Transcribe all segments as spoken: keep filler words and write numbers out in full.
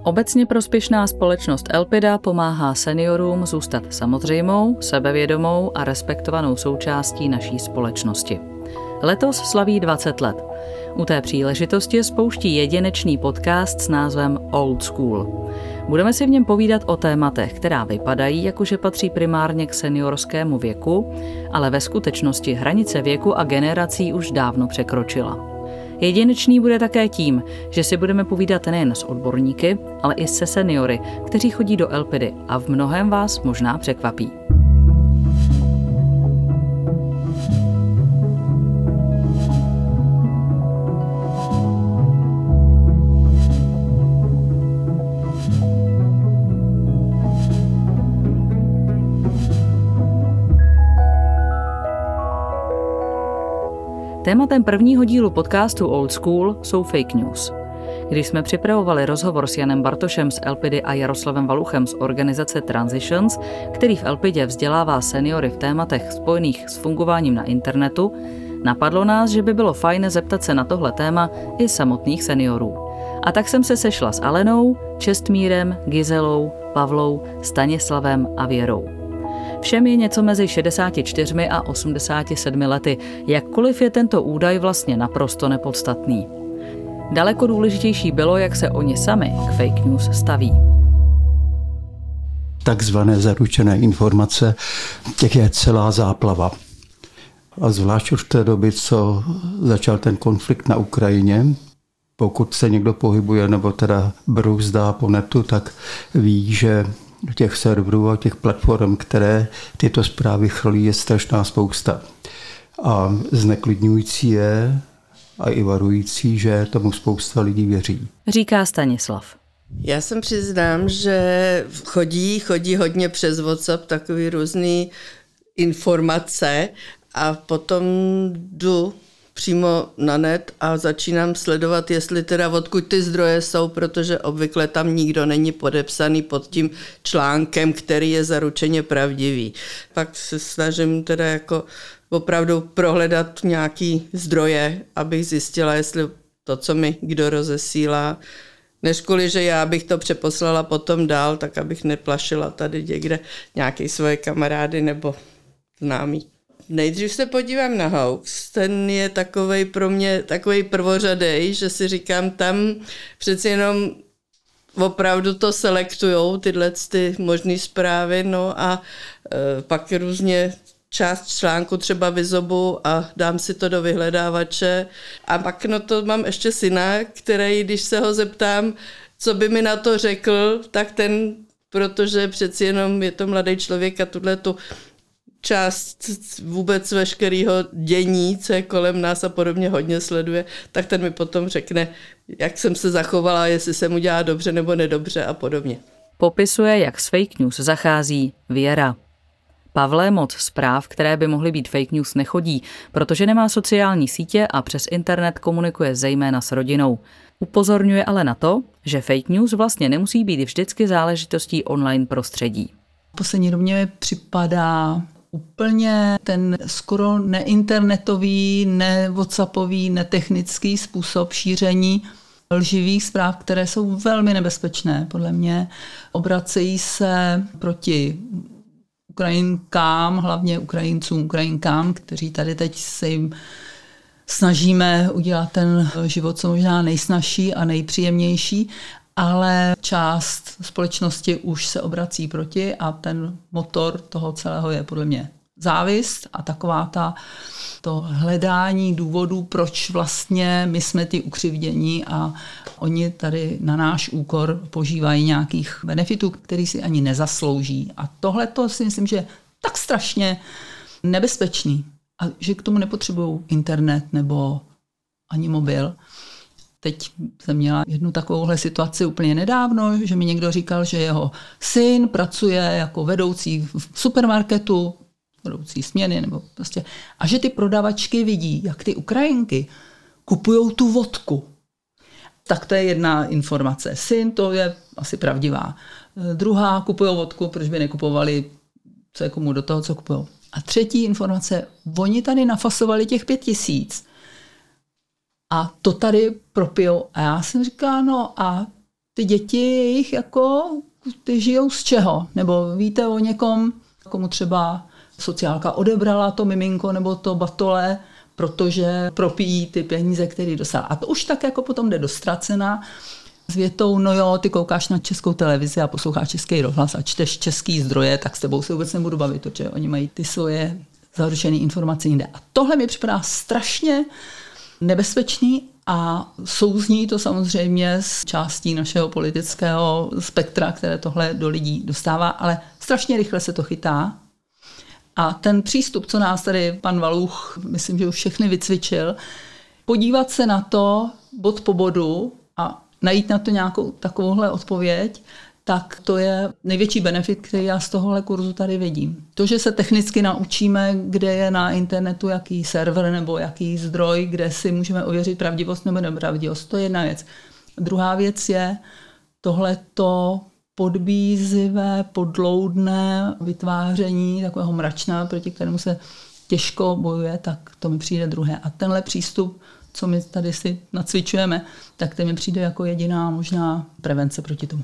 Obecně prospěšná společnost Elpida pomáhá seniorům zůstat samozřejmou, sebevědomou a respektovanou součástí naší společnosti. Letos slaví dvacet let. U té příležitosti spouští jedinečný podcast s názvem Old School. Budeme si v něm povídat o tématech, která vypadají, jakože patří primárně k seniorskému věku, ale ve skutečnosti hranice věku a generací už dávno překročila. Jedinečný bude také tím, že si budeme povídat nejen s odborníky, ale i se seniory, kteří chodí do Elpidy a v mnohém vás možná překvapí. Tématem prvního dílu podcastu Old School jsou fake news. Když jsme připravovali rozhovor s Janem Bartošem z Elpidy a Jaroslavem Valuchem z organizace Transitions, který v Elpidě vzdělává seniory v tématech spojených s fungováním na internetu, napadlo nás, že by bylo fajn zeptat se na tohle téma i samotných seniorů. A tak jsem se sešla s Alenou, Čestmírem, Gizelou, Pavlou, Stanislavem a Věrou. Všem je něco mezi šedesáti čtyřmi a osmdesáti sedmi lety, jakkoliv je tento údaj vlastně naprosto nepodstatný. Daleko důležitější bylo, jak se oni sami k fake news staví. Takzvané zaručené informace, těch je celá záplava. A zvlášť už v té době, co začal ten konflikt na Ukrajině, pokud se někdo pohybuje nebo teda brouzdá po netu, tak ví, že těch serverů a těch platform, které tyto zprávy chrlí, je strašná spousta. A zneklidňující je a i varující, že tomu spousta lidí věří. Říká Stanislav. Já se přiznám, že chodí, chodí hodně přes WhatsApp takový různý informace a potom jdu přímo na net a začínám sledovat, jestli teda odkud ty zdroje jsou, protože obvykle tam nikdo není podepsaný pod tím článkem, který je zaručeně pravdivý. Pak se snažím teda jako opravdu prohledat nějaký zdroje, abych zjistila, jestli to, co mi kdo rozesílá, než kvůli, že já bych to přeposlala potom dál, tak abych neplašila tady někde nějaký svoje kamarády nebo známý. Nejdřív se podívám na hoax, ten je takovej pro mě takovej prvořadej, že si říkám, tam přeci jenom opravdu to selektujou tyhle ty možné zprávy, no a e, pak různě část článku třeba vyzobu a dám si to do vyhledávače a pak no to mám ještě syna, který, když se ho zeptám, co by mi na to řekl, tak ten, protože přeci jenom je to mladý člověk a tuhle tu část vůbec veškerého dění, co je kolem nás a podobně hodně sleduje, tak ten mi potom řekne, jak jsem se zachovala, jestli jsem udělala dobře nebo nedobře a podobně. Popisuje, jak s fake news zachází Věra. Pavle, moc zpráv, které by mohly být fake news, nechodí, protože nemá sociální sítě a přes internet komunikuje zejména s rodinou. Upozorňuje ale na to, že fake news vlastně nemusí být vždycky záležitostí online prostředí. V poslední době mi připadá úplně ten skoro neinternetový, ne-whatsappový, netechnický způsob šíření lživých zpráv, které jsou velmi nebezpečné, podle mě. Obracejí se proti Ukrajinkám, hlavně Ukrajincům, Ukrajinkám, kteří tady teď se jim snažíme udělat ten život co možná nejsnažší a nejpříjemnější, ale část společnosti už se obrací proti a ten motor toho celého je podle mě závist a taková ta to hledání důvodů, proč vlastně my jsme ty ukřivdění a oni tady na náš úkor požívají nějakých benefitů, který si ani nezaslouží. A tohle to si myslím, že je tak strašně nebezpečný a že k tomu nepotřebují internet nebo ani mobil. Teď jsem měla jednu takovouhle situaci úplně nedávno, že mi někdo říkal, že jeho syn pracuje jako vedoucí v supermarketu, vedoucí směny, nebo prostě, a že ty prodavačky vidí, jak ty Ukrajinky kupujou tu vodku. Tak to je jedna informace. Syn, to je asi pravdivá. Druhá, kupujou vodku, proč by nekupovali, co je komu do toho, co kupujou. A třetí informace, oni tady nafasovali těch pět tisíc a to tady propijou. A já jsem říkala, no a ty děti jejich jako, ty žijou z čeho? Nebo víte o někom, komu třeba sociálka odebrala to miminko nebo to batole, protože propíjí ty peníze, které dostala. A to už tak jako potom jde dostracena s větou, no jo, ty koukáš na Českou televizi a posloucháš Český rozhlas a čteš český zdroje, tak s tebou se vůbec nebudu bavit, protože oni mají ty svoje zaručené informace jinde. A tohle mi připadá strašně nebezpečný a souzní to samozřejmě s částí našeho politického spektra, které tohle do lidí dostává, ale strašně rychle se to chytá. A ten přístup, co nás tady pan Valuch, myslím, že už všechny vycvičil, podívat se na to bod po bodu a najít na to nějakou takovouhle odpověď, tak to je největší benefit, který já z tohohle kurzu tady vidím. To, že se technicky naučíme, kde je na internetu jaký server nebo jaký zdroj, kde si můžeme ověřit pravdivost nebo nepravdivost, to je jedna věc. Druhá věc je tohleto podbízivé, podloudné vytváření takového mračna, proti kterému se těžko bojuje, tak to mi přijde druhé. A tenhle přístup, co my tady si nacvičujeme, tak to mi přijde jako jediná možná prevence proti tomu.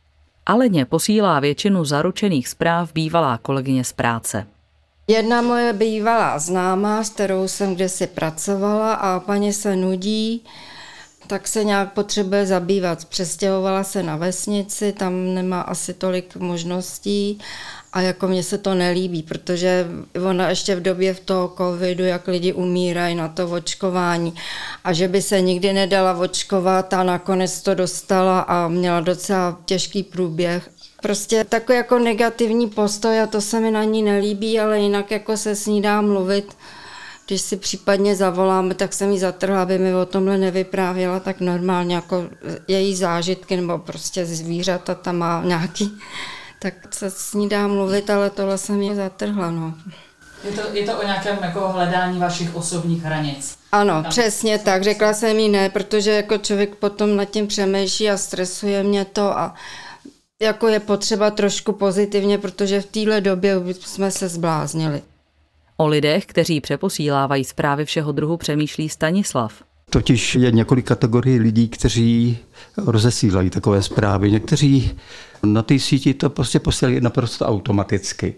Aleně posílá většinu zaručených zpráv bývalá kolegyně z práce. Jedna moje bývalá známá, s kterou jsem kdesi pracovala a paní se nudí, tak se nějak potřebuje zabývat. Přestěhovala se na vesnici, tam nemá asi tolik možností a jako mně se to nelíbí, protože ona ještě v době v toho covidu, jak lidi umírají na to očkování a že by se nikdy nedala očkovat a nakonec to dostala a měla docela těžký průběh. Prostě takový jako negativní postoj a to se mi na ní nelíbí, ale jinak jako se s ní dá mluvit. Když si případně zavoláme, tak jsem jí zatrhla, aby mi o tomhle nevyprávěla, tak normálně jako její zážitky nebo prostě zvířata tam má nějaký, tak se s ní dá mluvit, ale tohle jsem jí zatrhla. No. Je to, je to o nějakém jako hledání vašich osobních hranic? Ano, tam. Přesně tak, řekla jsem jí ne, protože jako člověk potom nad tím přemýšlí a stresuje mě to a jako je potřeba trošku pozitivně, protože v téhle době jsme se zbláznili. O lidech, kteří přeposílávají zprávy všeho druhu, přemýšlí Stanislav. Totiž je několik kategorií lidí, kteří rozesílají takové zprávy. Někteří na té síti to prostě posílají naprosto automaticky.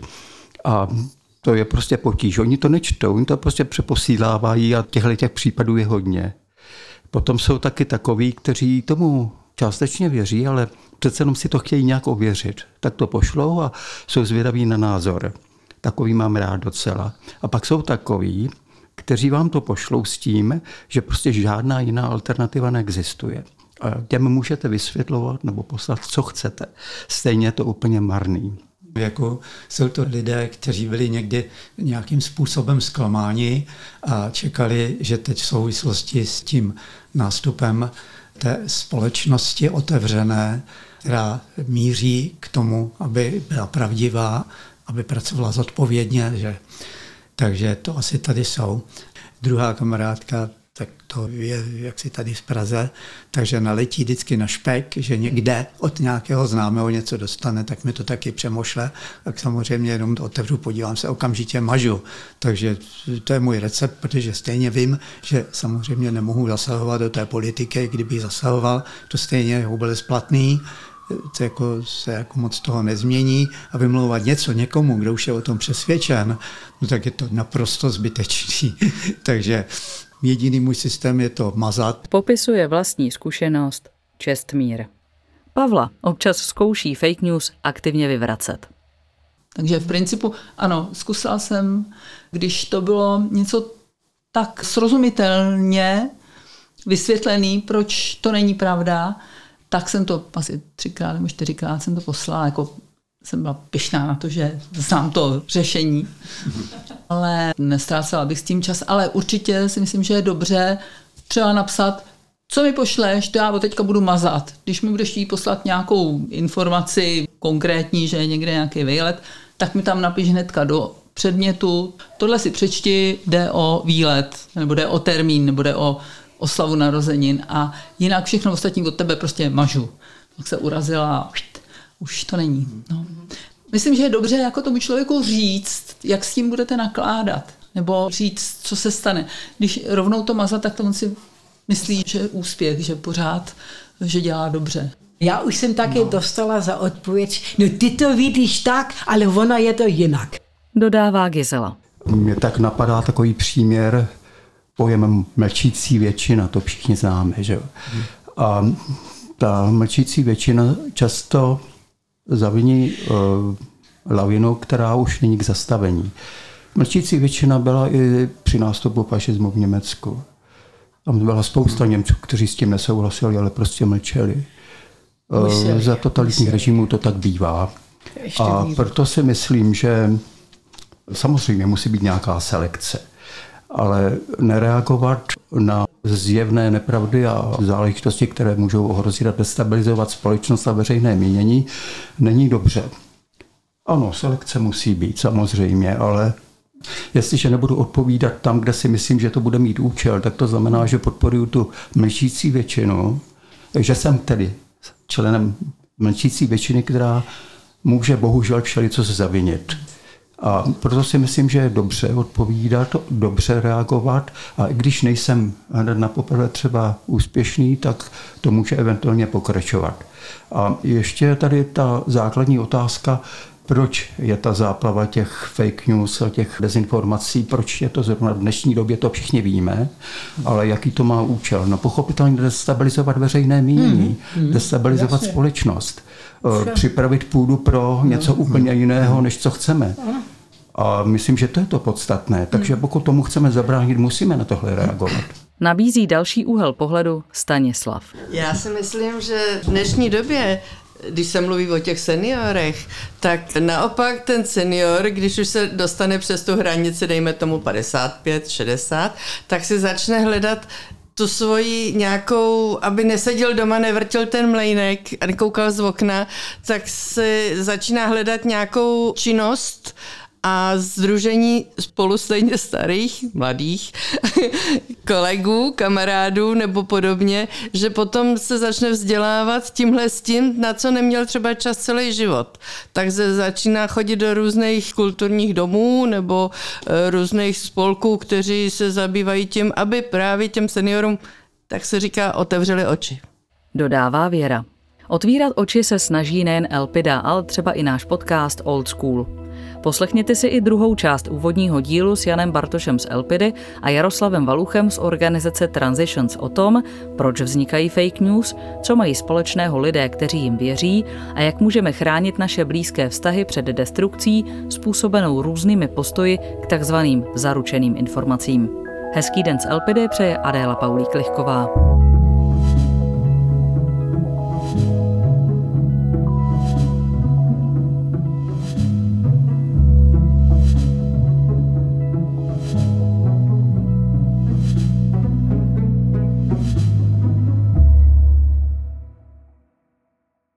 A to je prostě potíž. Oni to nečtou, oni to prostě přeposílávají a těchto těch případů je hodně. Potom jsou taky takoví, kteří tomu částečně věří, ale přece jenom si to chtějí nějak ověřit. Tak to pošlou a jsou zvědaví na názor. Takový mám rád docela. A pak jsou takoví, kteří vám to pošlou s tím, že prostě žádná jiná alternativa neexistuje. A těm můžete vysvětlovat nebo poslat, co chcete. Stejně je to úplně marný. Jako jsou to lidé, kteří byli někdy nějakým způsobem zklamáni a čekali, že teď v souvislosti s tím nástupem té společnosti otevřené, která míří k tomu, aby byla pravdivá, aby pracovala zodpovědně, že, takže to asi tady jsou. Druhá kamarádka, tak to je jaksi tady v Praze, takže naletí vždycky na špek, že někde od nějakého známého něco dostane, tak mi to taky přemošle, tak samozřejmě jenom to otevřu, podívám se, okamžitě mažu. Takže to je můj recept, protože stejně vím, že samozřejmě nemohu zasahovat do té politiky, kdybych zasahoval, to stejně je vůbec splatný, to jako se jako moc toho nezmění a vymlouvat něco někomu, kdo už je o tom přesvědčen, no tak je to naprosto zbytečný. Takže jediný můj systém je to mazat. Popisuje vlastní zkušenost Čestmír. Pavla občas zkouší fake news aktivně vyvracet. Takže v principu, ano, zkusila jsem, když to bylo něco tak srozumitelně vysvětlený, proč to není pravda, tak jsem to asi třikrát nebo čtyřikrát jsem to poslala, jako jsem byla pyšná na to, že znám to řešení, ale nestrácela bych s tím čas, ale určitě si myslím, že je dobře třeba napsat, co mi pošleš, to já od teďka budu mazat. Když mi budeš chtít poslat nějakou informaci konkrétní, že je někde nějaký výlet, tak mi tam napiš hnedka do předmětu, tohle si přečti, jde o výlet, nebo jde o termín, nebo jde o oslavu narozenin a jinak všechno ostatní od tebe prostě mažu. Tak se urazila a už to není. No. Myslím, že je dobře jako tomu člověku říct, jak s tím budete nakládat, nebo říct, co se stane. Když rovnou to mazat, tak to on si myslí, že je úspěch, že pořád, že dělá dobře. Já už jsem také no. dostala za odpověď, no ty to vidíš tak, ale ono je to jinak. Dodává Gizela. Mě tak napadá takový příměr pojemem mlčící většina, to všichni známe, že jo. Hmm. A ta mlčící většina často zaviní uh, lavinu, která už není k zastavení. Mlčící většina byla i při nástupu fašismu v Německu. Tam byla spousta Němců, kteří s tím nesouhlasili, ale prostě mlčeli. Museli, Za totalitních režimů to tak bývá. Ještě a bývá. Proto si myslím, že samozřejmě musí být nějaká selekce, ale nereagovat na zjevné nepravdy a záležitosti, které můžou ohrozit a destabilizovat společnost a veřejné mínění, není dobře. Ano, selekce musí být samozřejmě, ale jestliže nebudu odpovídat tam, kde si myslím, že to bude mít účel, tak to znamená, že podporuju tu mlčící většinu, že jsem tedy členem mlčící většiny, která může bohužel všelico se zavinit. A proto si myslím, že je dobře odpovídat, dobře reagovat a i když nejsem hned na poprvé třeba úspěšný, tak to může eventuálně pokračovat. A ještě tady ta základní otázka, proč je ta záplava těch fake news a těch dezinformací, proč je to zrovna v dnešní době, to všichni víme, ale jaký to má účel? No pochopitelně destabilizovat veřejné mínění, hmm, hmm, destabilizovat jasně. společnost, Vše. připravit půdu pro něco úplně jiného, než co chceme. A myslím, že to je to podstatné, takže pokud tomu chceme zabránit, musíme na tohle reagovat. Nabízí další úhel pohledu Stanislav. Já si myslím, že v dnešní době, když se mluví o těch seniorech, tak naopak ten senior, když už se dostane přes tu hranici, dejme tomu padesát pět, šedesát, tak si začne hledat tu svoji nějakou, aby neseděl doma, nevrtil ten mlejnek a nekoukal z okna, tak si začíná hledat nějakou činnost a sdružení spolu stejně starých, mladých kolegů, kamarádů nebo podobně, že potom se začne vzdělávat tímhle s tím, na co neměl třeba čas celý život. Takže začíná chodit do různých kulturních domů nebo různých spolků, kteří se zabývají tím, aby právě těm seniorům, tak se říká, otevřeli oči. Dodává Věra. Otvírat oči se snaží nejen Elpida, ale třeba i náš podcast Old School. Poslechněte si i druhou část úvodního dílu s Janem Bartošem z Elpidy a Jaroslavem Valuchem z organizace Transitions o tom, proč vznikají fake news, co mají společného lidé, kteří jim věří a jak můžeme chránit naše blízké vztahy před destrukcí způsobenou různými postoji k takzvaným zaručeným informacím. Hezký den z Elpidy přeje Adéla Paulík-Lichková.